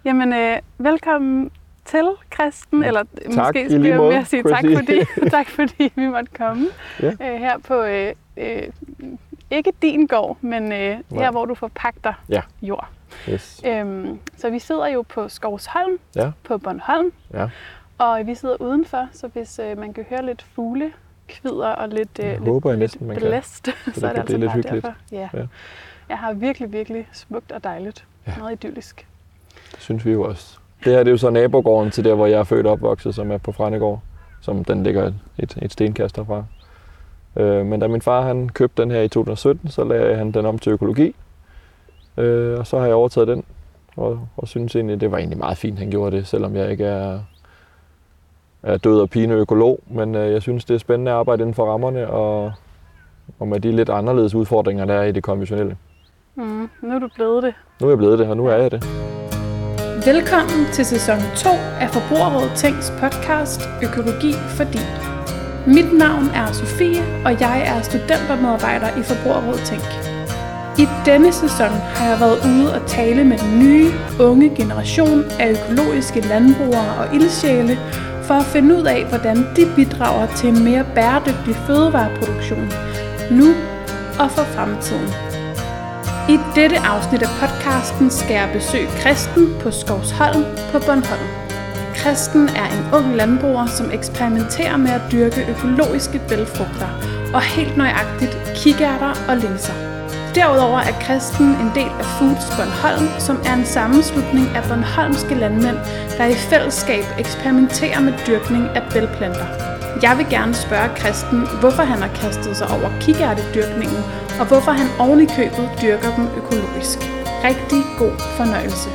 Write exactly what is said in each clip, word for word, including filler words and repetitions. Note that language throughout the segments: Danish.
Jamen, øh, velkommen til, Kristen. Eller tak, måske skulle jeg mere sige tak, sige. fordi, tak fordi vi måtte komme ja. øh, her på, øh, øh, ikke din gård, men øh, her, hvor du forpagter ja. jord. Yes. Øhm, så vi sidder jo på Skovsholm ja. på Bornholm, ja. og vi sidder udenfor, så hvis øh, man kan høre lidt fugle, kvider og lidt, øh, håber, lidt, næsten, lidt blæst, så, så er det altså lidt bare hyggeligt. derfor. Ja. Ja. Jeg har virkelig, virkelig smukt og dejligt. Ja. Meget idyllisk. Det synes vi jo også. Det her det er jo så nabogården til der, hvor jeg er født og opvokset, som er på Frænegård, som den ligger et, et stenkast derfra. Øh, men da min far han købte den her i to tusind og sytten, så lagde han den om til økologi. Øh, og så har jeg overtaget den, og, og synes egentlig, det var egentlig meget fint, han gjorde det, selvom jeg ikke er, er død og pine økolog. Men øh, jeg synes, det er spændende at arbejde inden for rammerne, og, og med de lidt anderledes udfordringer, der er i det konventionelle. Mm, nu er du blevet det. Nu er jeg blevet det, og nu er jeg det. Velkommen til sæson to af Forbrugerrådet Tænks podcast Økologi for din. Mit navn er Sofie, og jeg er studentermedarbejder i Forbrugerrådet Tænk. I denne sæson har jeg været ude og tale med den nye, unge generation af økologiske landbrugere og ildsjæle for at finde ud af, hvordan de bidrager til en mere bæredygtig fødevareproduktion nu og for fremtiden. I dette afsnit af podcasten skal jeg besøge Kristen på Skovsholm på Bornholm. Kristen er en ung landbruger, som eksperimenterer med at dyrke økologiske bælgfrugter og helt nøjagtigt kikærter og linser. Derudover er Kristen en del af Foods Bornholm, som er en sammenslutning af bornholmske landmænd, der i fællesskab eksperimenterer med dyrkning af bælgplanter. Jeg vil gerne spørge Kristen, hvorfor han har kastet sig over kikærtedyrkningen, og hvorfor han oven i købet dyrker dem økologisk. Rigtig god fornøjelse.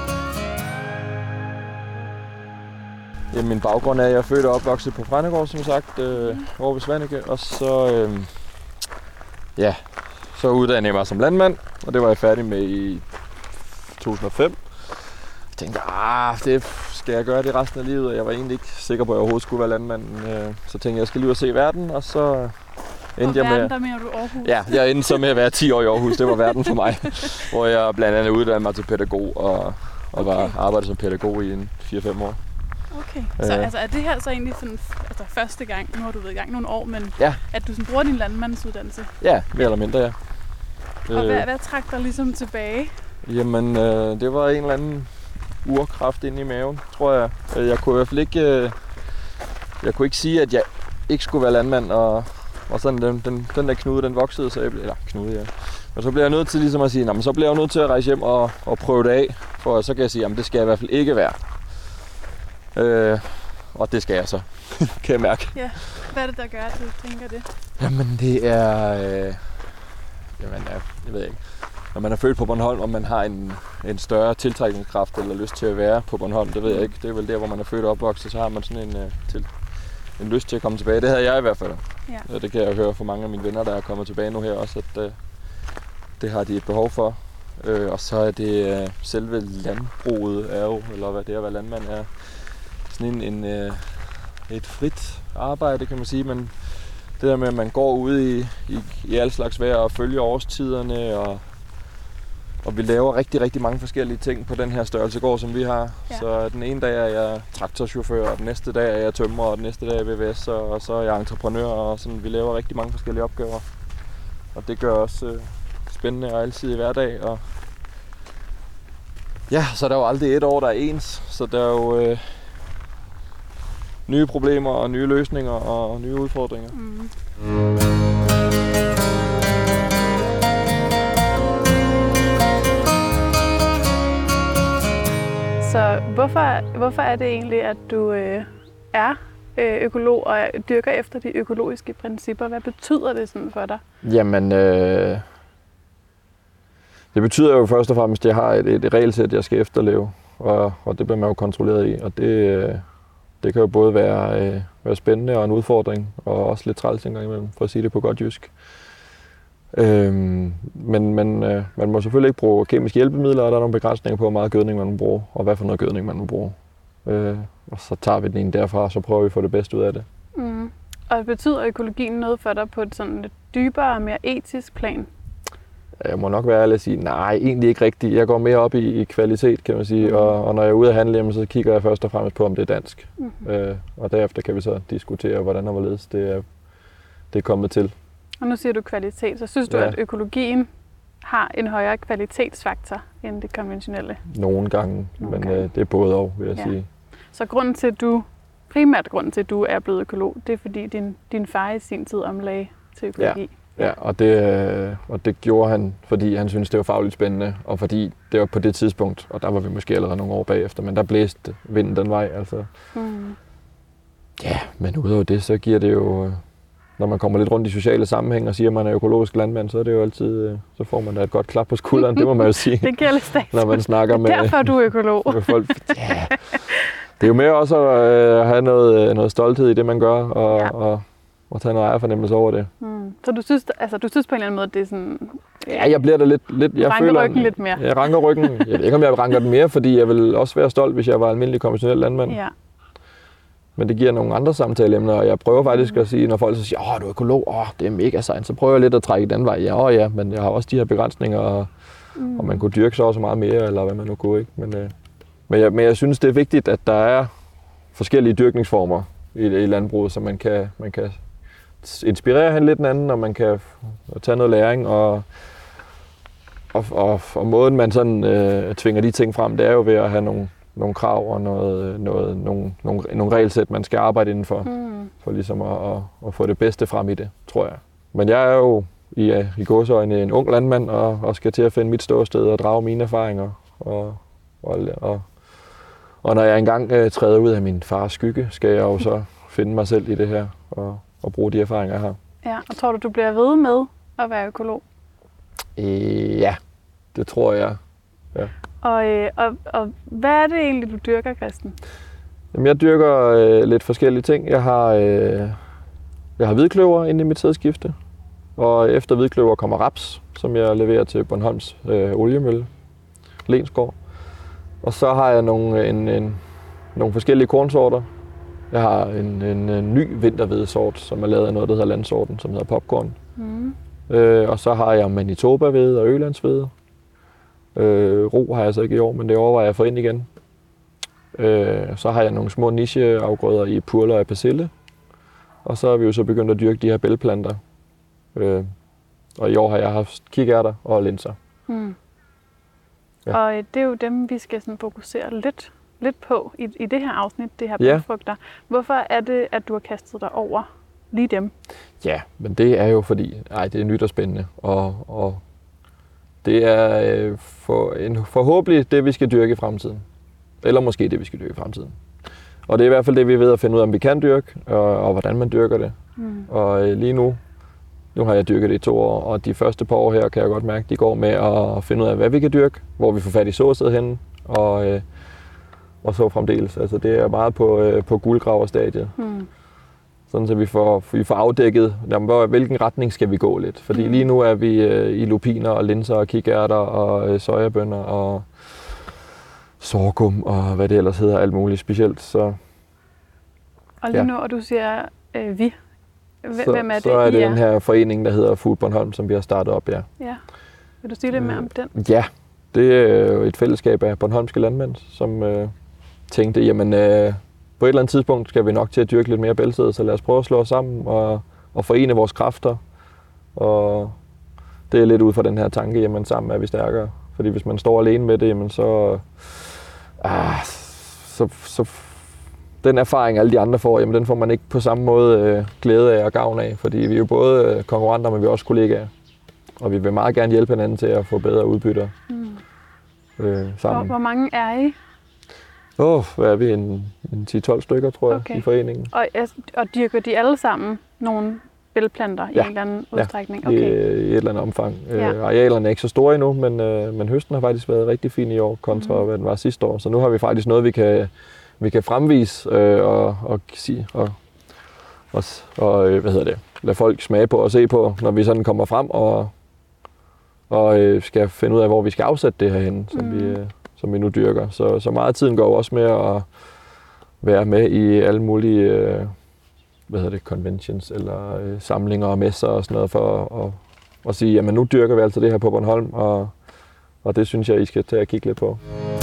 Ja, min baggrund er, at jeg er født og opvokset på Frænegård, som sagt, øh, over ved Svaneke, og så, øh, ja, så uddannede jeg mig som landmand, og det var jeg færdig med i to tusind og fem. Jeg tænkte, ah, det skal jeg gøre det resten af livet, og jeg var egentlig ikke sikker på, at jeg overhovedet skulle være landmand. Så tænkte jeg, jeg skal lige ud og se verden, og så endte jeg med... Og verden, der mener du Aarhus? Ja, jeg endte så med at være ti år i Aarhus, det var verden for mig. Hvor jeg blandt andet uddannede mig til pædagog, og, og okay. var arbejdet som pædagog i en fire fem år. Okay, så øh. altså, er det her så egentlig sådan, altså første gang, nu har du været i gang nogle år, men ja. at du sådan bruger din landmandsuddannelse? Ja, mere eller mindre, ja. Og øh. hvad, hvad trak dig ligesom tilbage? Jamen, øh, det var en eller anden urkraft inde i maven, tror jeg. Jeg kunne i hvert fald ikke, øh, jeg kunne ikke sige, at jeg ikke skulle være landmand, og, og sådan den, den, den der knude, den voksede, så jeg blev, eller knude, ja. Men så blev jeg nødt til ligesom at sige, nej, men så bliver jeg nødt til at rejse hjem og, og prøve det af, for så kan jeg sige, jamen det skal jeg i hvert fald ikke være. Øh, og det skal jeg så, kan jeg mærke. Ja, hvad er det, der gør, at du tænker det? Jamen det er, øh, jamen jeg, jeg ved ikke. Når man er født på Bornholm, og man har en, en større tiltrækningskraft eller lyst til at være på Bornholm, det ved jeg ikke. Det er vel der, hvor man er født og opvokset, så har man sådan en, uh, til, en lyst til at komme tilbage. Det havde jeg i hvert fald. Ja. Det kan jeg høre fra mange af mine venner, der er kommet tilbage nu her også, at uh, det har de et behov for. Uh, og så er det uh, selve landbruget er jo, eller hvad det er at være landmand er, sådan en, en, uh, et frit arbejde, kan man sige. Men det der med, at man går ude i, i, i alle slags vejr og følger årstiderne, og Og vi laver rigtig, rigtig mange forskellige ting på den her størrelsegård, som vi har. Ja. Så den ene dag er jeg traktorchauffør, og den næste dag er jeg tømrer, og den næste dag er jeg V V S, og så er jeg entreprenør, og sådan. Vi laver rigtig mange forskellige opgaver. Og det gør også øh, spændende og alsidig hverdag. Og ja, så er der jo aldrig et år, der er ens. Så der er jo øh, nye problemer og nye løsninger og nye udfordringer. Mm. Så hvorfor, hvorfor er det egentlig, at du øh, er øh, økolog og dyrker efter de økologiske principper? Hvad betyder det sådan for dig? Jamen, øh, det betyder jo først og fremmest, at jeg har et, et regelsæt, jeg skal efterleve, og, og det bliver man jo kontrolleret i. Og det, øh, det kan jo både være, øh, være spændende og en udfordring, og også lidt træls en gang imellem, for at sige det på godt jysk. Øhm, men men øh, man må selvfølgelig ikke bruge kemiske hjælpemidler, og der er nogle begrænsninger på, hvor meget gødning man må bruge, og hvad for noget gødning man må bruge. Øh, og så tager vi den ene derfra, og så prøver vi at få det bedste ud af det. Mm. Og betyder økologien noget for dig på et sådan lidt dybere og mere etisk plan? Jeg må nok være ærlig at sige, nej, egentlig ikke rigtigt. Jeg går mere op i, i kvalitet, kan man sige. Mm. Og, og når jeg er ude at handle, jamen, så kigger jeg først og fremmest på, om det er dansk. Mm. Øh, og derefter kan vi så diskutere, hvordan og hvorledes det er, det er kommet til. Og nu siger du kvalitet, så synes du, ja. at økologien har en højere kvalitetsfaktor end det konventionelle? Nogle gange, Nogle men gange. Øh, det er både og, vil jeg ja. sige. Så grunden til, at du, primært grunden til, at du er blevet økolog, det er fordi din, din far i sin tid omlagde til økologi? Ja. Ja, og det, og det gjorde han, fordi han syntes, det var fagligt spændende, og fordi det var på det tidspunkt, og der var vi måske allerede nogle år bagefter, men der blæste vinden den vej. Altså. Mm. Ja, men udover det, så giver det jo, når man kommer lidt rundt i sociale sammenhæng og siger, at man er økologisk landmand, så er det jo altid, så får man da et godt klap på skulderen, det må man jo sige. Det gælder stadig. Når man snakker med, derfor er du økolog. Med folk. Ja. Det er jo mere også at øh, have noget, noget stolthed i det, man gør, og, ja. og og tage noget ejerfornemmelse over det. Mm. Så du synes, altså, du synes på en eller anden måde, at det er sådan... Ja, jeg bliver da lidt... lidt jeg ranker føler, ryggen lidt mere. Jeg ranker ryggen. Jeg ved ikke, om jeg ranker den mere, fordi jeg vil også være stolt, hvis jeg var almindelig konventionel landmand. Ja. Men det giver nogle andre samtaleemner, og jeg prøver faktisk mm. at sige, når folk så siger, åh, du er økolog, åh, det er mega sejt, så prøver jeg lidt at trække den vej. Ja, åh ja, men jeg har også de her begrænsninger, og, mm. og man kunne dyrke så også meget mere, eller hvad man nu kunne, ikke? Men, øh, men, jeg, men jeg synes, det er vigtigt, at der er forskellige dyrkningsformer i, i landbruget, så man kan, man kan inspirere han lidt den anden, og man kan tage noget læring, og, og, og, og måden man sådan øh, tvinger de ting frem, det er jo ved at have nogle, nogle krav og noget, noget, nogle, nogle, nogle regelsæt, man skal arbejde indenfor, mm. for ligesom at, at, at få det bedste frem i det, tror jeg. Men jeg er jo i, i gåseøjne en ung landmand, og, og skal til at finde mit ståsted og drage mine erfaringer, og, og, og, og når jeg engang øh, træder ud af min fars skygge, skal jeg jo så finde mig selv i det her, og og bruge de erfaringer, jeg har. Ja, og tror du, du bliver ved med at være økolog? Øh, ja, det tror jeg. Ja. Og, øh, og, og hvad er det egentlig, du dyrker, Christen? Jamen, jeg dyrker øh, lidt forskellige ting. Jeg har, øh, jeg har hvidkløver inde i mit sædskifte, og efter hvidkløver kommer raps, som jeg leverer til Bornholms øh, oliemølle, Lensgård. Og så har jeg nogle, en, en, nogle forskellige kornsorter. Jeg har en, en, en ny vinterhvedesort, som er lavet af noget, der hedder landsorten, som hedder popcorn. Mm. Øh, og så har jeg Manitoba-hvede og Ølandshvede. Øh, ro har jeg så ikke i år, men det overvejer jeg at få ind igen. Øh, så har jeg nogle små nicheafgrøder i purler og persille. Og så har vi jo så begyndt at dyrke de her bælgplanter. Øh, og i år har jeg haft kikærter og linser. Mm. Ja. Og det er jo dem, vi skal sådan fokusere lidt lidt på i, i det her afsnit, det her bælgfrugter. Ja. Hvorfor er det, at du har kastet dig over lige dem? Ja, men det er jo fordi, ej, det er nyt og spændende, og, og det er øh, for, en, forhåbentlig det, vi skal dyrke i fremtiden. Eller måske det, vi skal dyrke i fremtiden. Og det er i hvert fald det, vi er ved at finde ud af, om vi kan dyrke, og, og hvordan man dyrker det. Mm. Og øh, lige nu, nu har jeg dyrket det i to år, og de første par år her, kan jeg godt mærke, de går med at finde ud af, hvad vi kan dyrke, hvor vi får fat i såsæd henne, og øh, og så fremdeles. Altså det er meget på, øh, på guldgraverstadiet. Mm. Sådan så vi får, vi får afdækket, jamen, hvilken retning skal vi gå lidt. Fordi mm. lige nu er vi øh, i lupiner og linser og kikærter og øh, sojabønner og sorghum og hvad det ellers hedder, alt muligt specielt. Så, og lige ja. nu, og du siger øh, vi. Hvem så, er det? Så er det I den her forening, der hedder Food Bornholm, som vi har startet op, ja. Ja. Vil du sige lidt mere om den? Ja, det er jo et fællesskab af bornholmske landmænd, som øh, tænkte, jamen øh, på et eller andet tidspunkt skal vi nok til at dyrke lidt mere bælgsæd, så lad os prøve at slå os sammen og, og forene vores kræfter. Og det er lidt ud fra den her tanke, jamen sammen er vi stærkere. Fordi hvis man står alene med det, jamen så, ah, så, så den erfaring, alle de andre får, jamen den får man ikke på samme måde øh, glæde af og gavn af. Fordi vi er jo både øh, konkurrenter, men vi er også kollegaer. Og vi vil meget gerne hjælpe hinanden til at få bedre udbytter mm. øh, sammen. Hvor, hvor mange er I? Åh, oh, hvad er vi? En, en ti tolv stykker, tror jeg, okay. i foreningen. Og, og dyrker de alle sammen nogle bælgplanter ja. i en eller anden udstrækning? Ja, okay. i, i et eller andet omfang. Ja. Øh, arealerne er ikke så store endnu, men, øh, men høsten har faktisk været rigtig fin i år, kontra mm. hvad den var sidste år. Så nu har vi faktisk noget, vi kan, vi kan fremvise øh, og, og sige, og, og, og hvad hedder det, lade folk smage på og se på, når vi sådan kommer frem og, og øh, skal finde ud af, hvor vi skal afsætte det herhen, som mm. vi... Øh, som vi nu dyrker. Så, så meget af tiden går også med at være med i alle mulige øh, hvad hedder det, conventions eller øh, samlinger og messer og sådan noget for at, og sige, jamen nu dyrker vi altså det her på Bornholm, og, og det synes jeg, I skal tage og kigge lidt på.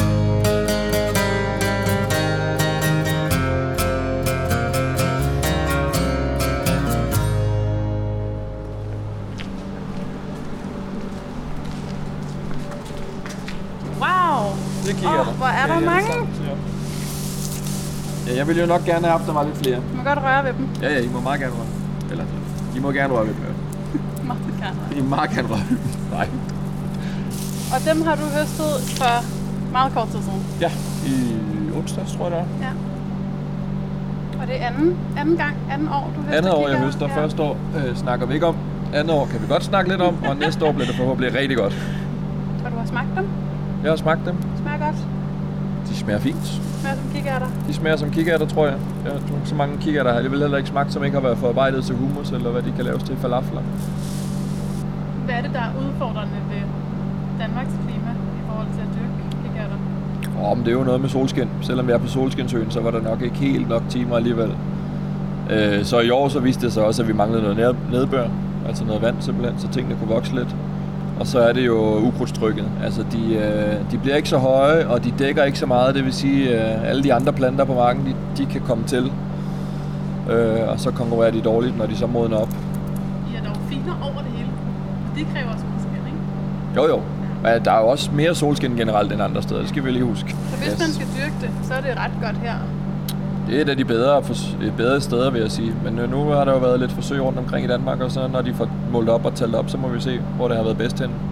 Det kigger oh, der. Hvor er der ja, mange? Ja, jeg ville jo nok gerne have haft, der var lidt flere. Du må godt røre ved dem. Ja, ja, I må meget gerne røre. Eller, I må gerne røre ved dem. Meget gerne røre. I må meget gerne røre ved dem. Nej. Og dem har du høstet for meget kort tid siden? Ja, i onsdags, tror jeg det er. Ja. Og det er anden, anden gang, anden år, du høster Andet år, kikærter? jeg høster. Ja. Første år øh, snakker vi ikke om. Andet år kan vi godt snakke lidt om, og næste år bliver det forhåbentlig rigtig godt. Og du har smagt dem? Jeg har smagt dem. Smager godt? De smager fint. Smager som kikærter? De smager som kikærter, tror jeg. Ja, så mange kikærter har jeg vel heller ikke smagt, som ikke har været forarbejdet til hummus, eller hvad de kan laves til falafler. Hvad er det, der er udfordrende ved Danmarks klima i forhold til at dyrke kikærter? Åh, men det er jo noget med solskin. Selvom vi er på Solskinsøen, så var der nok ikke helt nok timer alligevel. Øh, så i år så viste det sig også, at vi manglede noget nedbør, altså noget vand simpelthen, så tingene kunne vokse lidt. Og så er det jo ukrudtstrykket. Altså de, øh, de bliver ikke så høje, og de dækker ikke så meget. Det vil sige, at øh, alle de andre planter på marken, de, de kan komme til. Øh, og så konkurrerer de dårligt, når de så modner op. I er dog fine over det hele. Det kræver også solskin, ikke? Jo jo. Men der er jo også mere solskin generelt end andre steder. Det skal vi lige huske. Så hvis yes. man skal dyrke det, så er det ret godt her. Det er et af de bedre, bedre steder, vil jeg sige. Men nu har der jo været lidt forsøg rundt omkring i Danmark, og så når de får målt op og talt op, så må vi se, hvor det har været bedst henne.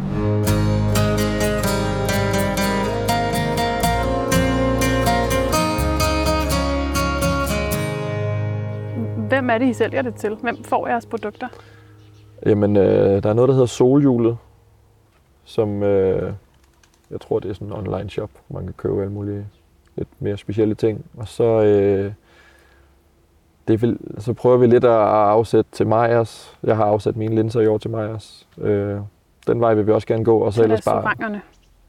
Hvem er det, I sælger det til? Hvem får jeres produkter? Jamen, øh, der er noget, der hedder Solhjulet, som øh, jeg tror, det er sådan en online shop, hvor man kan købe alle mulige lidt mere specielle ting. Og så, øh, det vil, så prøver vi lidt at afsætte til Meyers. Jeg har afsat mine linser i år til Meyers. Øh, den vej vil vi også gerne gå. Og så til restauranterne?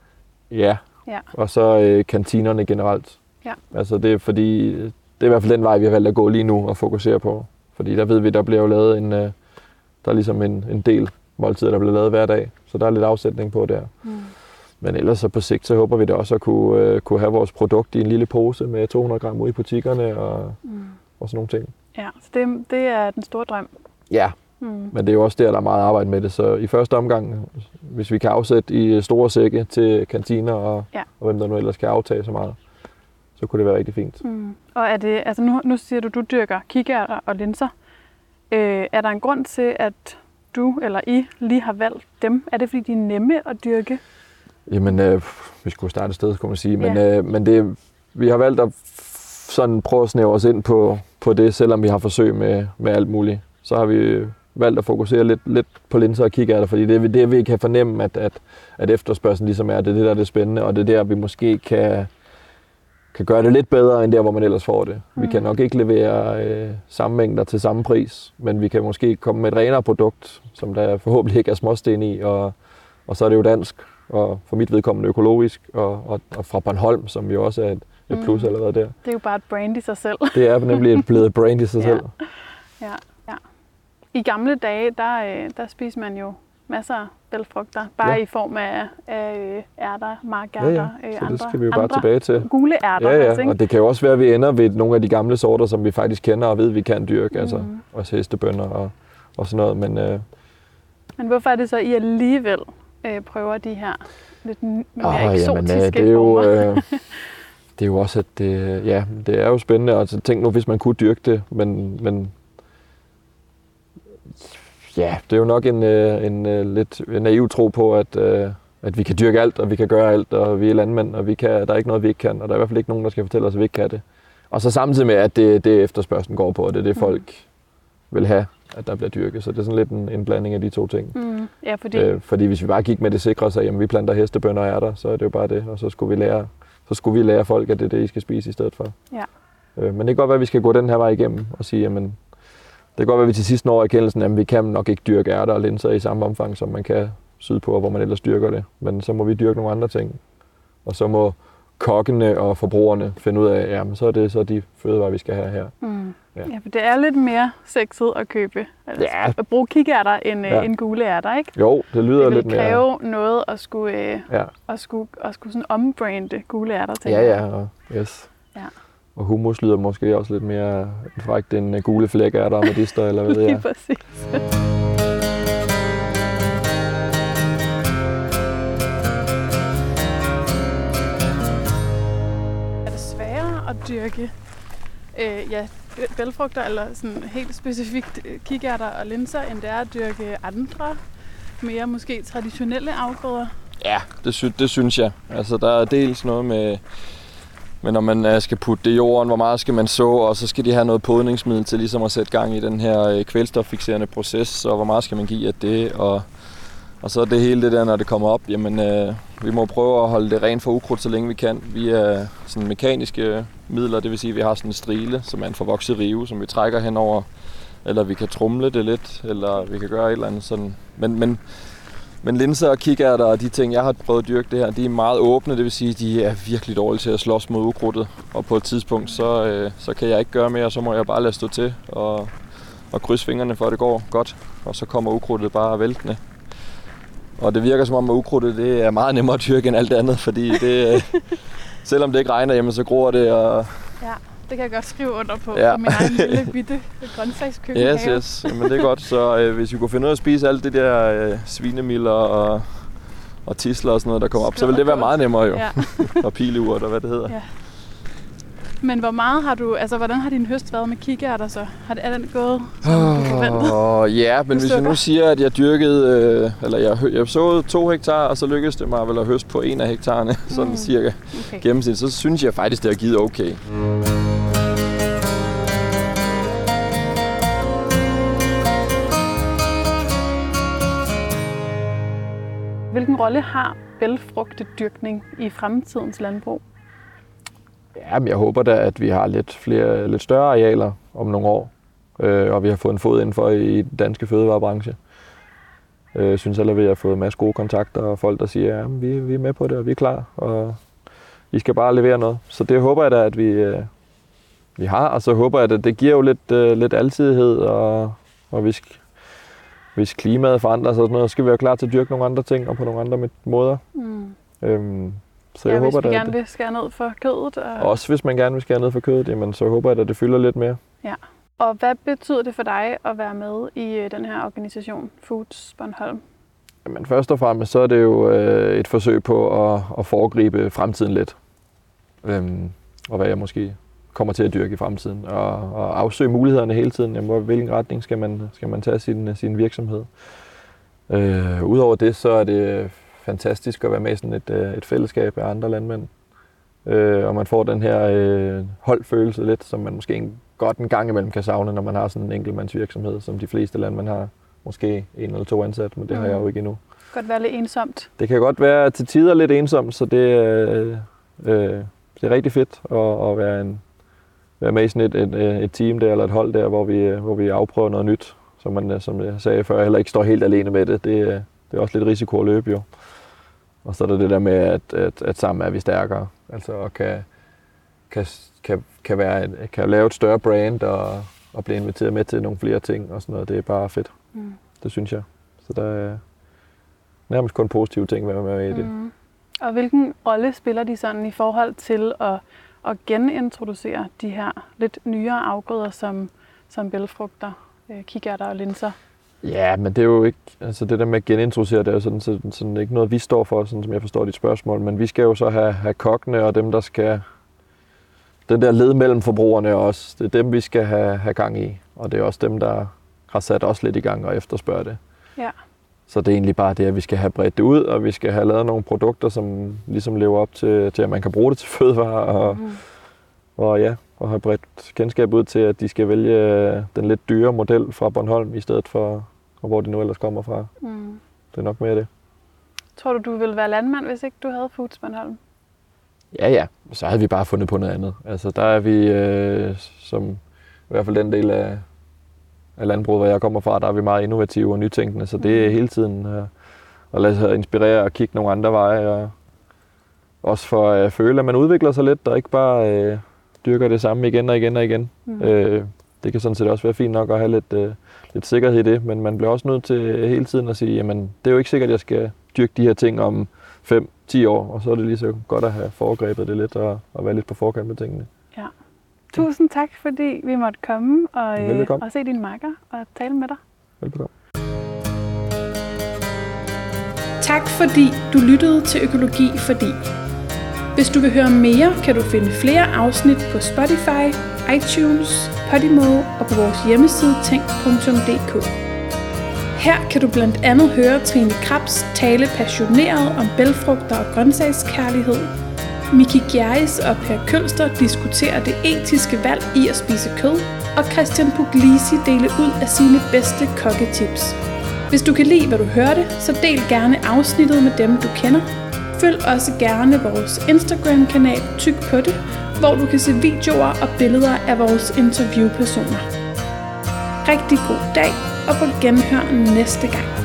Ja. ja, og så øh, kantinerne generelt. Ja. Altså det er fordi, det er i hvert fald den vej, vi har valgt at gå lige nu og fokusere på. Fordi der ved vi, der bliver jo lavet en, øh, der er ligesom en, en del måltider, der bliver lavet hver dag. Så der er lidt afsætning på der. Mm. Men ellers så på sigt, så håber vi da også at kunne, øh, kunne have vores produkt i en lille pose med to hundrede gram ude i butikkerne og, mm. og sådan nogle ting. Ja, så det, det er den store drøm. Ja, mm. men det er jo også der, der er meget arbejde med det. Så i første omgang, hvis vi kan afsætte i store sække til kantiner og, ja. og hvem der nu ellers kan aftage så meget, så kunne det være rigtig fint. Mm. Og er det, altså nu, nu siger du, du dyrker kikærter og linser. Øh, er der en grund til, at du eller I lige har valgt dem? Er det fordi, de er nemme at dyrke? Jamen, øh, vi skulle starte et sted, kunne man sige. Men, ja. øh, men det, vi har valgt at sådan prøve at snævre os ind på, på det, selvom vi har forsøg med, med alt muligt. Så har vi valgt at fokusere lidt, lidt på linser og kikærter, fordi det er det, vi kan fornemme, at, at, at efterspørgselen ligesom er, det er det, der er det spændende, og det er der, vi måske kan, kan gøre det lidt bedre, end der, hvor man ellers får det. Mm. Vi kan nok ikke levere øh, samme mængder til samme pris, men vi kan måske komme med et renere produkt, som der forhåbentlig ikke er småsten i, og, og så er det jo dansk, og for mit vedkommende økologisk, og, og, og fra Bornholm, som jo også er et, et plus mm. allerede der. Det er jo bare et brand i sig selv. Det er nemlig et blevet brand i sig selv. Ja. Ja, ja. I gamle dage, der, der spiser man jo masser af bælgfrugter, bare ja. i form af, af ærter, markærter, ja, ja. Så andre, det skal vi jo bare tilbage til. Gule ærter. Ja, ja. Altså, ikke? Og det kan jo også være, at vi ender ved nogle af de gamle sorter, som vi faktisk kender og ved, vi kan dyrke. Mm. Altså også hestebønner og, og sådan noget. Men, øh... Men hvorfor er det så, at I alligevel øh, prøver de her lidt mere oh, eksotiske jamen, det er jo, øh, det er jo også, at det, ja, det er jo spændende. Altså, tænk nu, hvis man kunne dyrke det, men, men ja, det er jo nok en, en, en lidt naiv tro på, at, at vi kan dyrke alt, og vi kan gøre alt, og vi er landmænd, og vi kan, der er ikke noget, vi ikke kan, og der er i hvert fald ikke nogen, der skal fortælle os, at vi ikke kan det. Og så samtidig med, at det, det efterspørgslen går på, og det er det, folk mm. vil have, at der bliver dyrket. Så det er sådan lidt en, en blanding af de to ting. Mm. Ja, fordi... Øh, fordi hvis vi bare gik med det sikre og sagde, jamen vi planter hestebønner og ærter, så er det jo bare det, og så skulle vi lære, så skulle vi lære folk, at det er det, I skal spise i stedet for. Ja. Øh, men det kan godt være, at vi skal gå den her vej igennem og sige, jamen det kan godt være, at vi til sidst når erkendelsen, at vi kan nok ikke dyrke ærter og linser i samme omfang, som man kan sydpå, hvor man ellers dyrker det. Men så må vi dyrke nogle andre ting. Og så må kokkene og forbrugerne finde ud af, jamen så er det så de fødevarer, vi skal have her. Mm. Ja. Ja, for det er lidt mere sexet at købe, altså ja. at bruge kikærter end, ja. end gule ærter, ikke? Jo, det lyder det lidt mere. Det vil kræve noget at skulle, øh, ja. at skulle, at skulle sådan ombrande gule ærter til. Ja, ja, og, yes. Ja. Og hummus lyder måske også lidt mere frækt end gule flækærter og medister, eller hvad det er. Lige præcis. Er det sværere at dyrke øh, ja, bælgfrugter, eller sådan helt specifikt kikærter og linser, end det er at dyrke andre, mere måske traditionelle afgrøder? Ja, det, sy- det synes jeg. Altså, der er dels noget med, med, når man skal putte det i jorden, hvor meget skal man så, og så skal de have noget podningsmiddel til ligesom at sætte gang i den her kvælstoffikserende proces, og hvor meget skal man give af det, og, og så det hele det der, når det kommer op, jamen øh, vi må prøve at holde det rent for ukrudt, så længe vi kan. Vi er sådan mekaniske midler, det vil sige, at vi har sådan en strile, som er en forvokset rive, som vi trækker henover, eller vi kan trumle det lidt, eller vi kan gøre et eller andet sådan. Men, men, men linser og kikærter og de ting, jeg har prøvet at dyrke det her, de er meget åbne, det vil sige, at de er virkelig dårlige til at slås mod ukrudtet. Og på et tidspunkt, så, øh, så kan jeg ikke gøre mere, så må jeg bare lade stå til og, og krydse fingrene for, at det går godt. Og så kommer ukrudtet bare væltende. Og det virker som om, at ukrudtet det er meget nemmere at dyrke end alt andet, fordi det, øh, selvom det ikke regner, jamen, så gror det. Og ja. Det kan jeg godt skrive under på, ja. på min egen lille bitte grøntsagskøkken. Yes, yes. Men det er godt. Så øh, hvis vi kunne finde ud af at spise alt det der øh, svinemiller og, og tisler og sådan noget, der kommer op, så vil det være meget nemmere jo. Ja. Og pileurt og hvad det hedder. Ja. Men hvor meget har du, altså hvordan har din høst været med kikærter så? Har det, er den gået, som oh, du forventede? Ja, men hvis jeg nu siger, at jeg dyrkede, øh, eller jeg, jeg såede to hektar, og så lykkedes det mig vel at høste på en af hektarerne, mm. sådan cirka okay. gennemsnit, så synes jeg faktisk, det har givet okay. Hvilken rolle har bælgfrugtedyrkning i fremtidens landbrug? Ja, men jeg håber da, at vi har lidt flere, lidt større arealer om nogle år, øh, og vi har fået en fod indenfor i den danske fødevarebranche. Jeg øh, synes alle, at vi har fået en masse gode kontakter og folk, der siger, at ja, vi, vi er med på det, og vi er klar, og I skal bare levere noget. Så det håber jeg da, at vi, øh, vi har, og så håber jeg, at det giver jo lidt, øh, lidt alsidighed, og, og hvis, hvis klimaet forandrer sig, og sådan noget, så skal vi være klar til at dyrke nogle andre ting og på nogle andre måder. Mm. Øhm, Så ja, jeg hvis håber, vi at gerne vil skære ned for kødet. Og også hvis man gerne vil skære ned for kødet, jamen, så håber jeg, at det fylder lidt mere. Ja. Og hvad betyder det for dig at være med i den her organisation, Foods Bornholm? Jamen, først og fremmest så er det jo øh, et forsøg på at, at foregribe fremtiden lidt. Øhm, og hvad jeg måske kommer til at dyrke i fremtiden. Og, og afsøge mulighederne hele tiden. Jamen, hvilken retning skal man, skal man tage sin, sin virksomhed? Øh, Udover det, så er det fantastisk at være med i sådan et, et fællesskab af andre landmænd. Øh, og man får den her øh, holdfølelse lidt, som man måske godt en gang imellem kan savne, når man har sådan en enkeltmandsvirksomhed, som de fleste landmænd har. Måske en eller to ansat, men det mm. har jeg jo ikke endnu. Det kan godt være lidt ensomt. Det kan godt være til tider lidt ensomt, så det, øh, øh, det er rigtig fedt at, at være, en, være med i sådan et, et, et team der, eller et hold der, hvor vi, hvor vi afprøver noget nyt, som man, som jeg sagde før, heller ikke står helt alene med det. Det, det er også lidt risiko at løbe jo. Og så er der det der med, at, at, at sammen er vi stærkere, altså og kan, kan, kan, kan, være en, kan lave et større brand og, og blive inviteret med til nogle flere ting og sådan noget. Det er bare fedt. Mm. Det synes jeg. Så der er nærmest kun positive ting ved at være med i det. Mm. Og hvilken rolle spiller de sådan i forhold til at, at genintroducere de her lidt nyere afgrøder som, som bælgfrugter, kikærter og linser? Ja, men det er jo ikke, altså det der med at genintroducere, det er jo sådan, sådan, sådan ikke noget, vi står for, sådan som jeg forstår dit spørgsmål, men vi skal jo så have, have kokkene og dem, der skal, den der led mellem forbrugerne også, det er dem, vi skal have, have gang i, og det er også dem, der har sat os lidt i gang og efterspørger det. Ja. Så det er egentlig bare det, at vi skal have bredt det ud, og vi skal have lavet nogle produkter, som ligesom lever op til, til at man kan bruge det til fødevarer, og, mm. og ja, og have bredt kendskab ud til, at de skal vælge den lidt dyre model fra Bornholm, i stedet for, hvor det nu ellers kommer fra. Mm. Det er nok mere det. Tror du, du ville være landmand, hvis ikke du havde Foods Bornholm? Ja, ja. Så havde vi bare fundet på noget andet. Altså, der er vi, øh, som i hvert fald den del af, af landbruget, hvor jeg kommer fra, der er vi meget innovative og nytænkende, så det er hele tiden øh, at lade sig inspirere og kigge nogle andre veje og, også for at føle, at man udvikler sig lidt, og ikke bare øh, dyrker det samme igen og igen og igen. Mm. Øh, det kan sådan set også være fint nok at have lidt, øh, lidt sikkerhed i det, men man bliver også nødt til hele tiden at sige, jamen det er jo ikke sikkert, at jeg skal dyrke de her ting om fem til ti år, og så er det lige så godt at have foregrebet det lidt og, og være lidt på forkant med tingene. Ja. Tusind tak, fordi vi måtte komme og, øh, og se din makker og tale med dig. Velbekomme. Tak fordi du lyttede til Økologi Fordi. Hvis du vil høre mere, kan du finde flere afsnit på Spotify, iTunes, Podimo og på vores hjemmeside tænk punktum d k. Her kan du blandt andet høre Trine Krebs tale passioneret om bælgfrugter og grøntsagskærlighed. Miki Gjerris og Per Kølster diskuterer det etiske valg i at spise kød, og Christian Puglisi dele ud af sine bedste kokketips. Hvis du kan lide, hvad du hørte, så del gerne afsnittet med dem, du kender. Følg også gerne vores Instagram-kanal Tyk på det, hvor du kan se videoer og billeder af vores interviewpersoner. Rigtig god dag, og på genhør næste gang.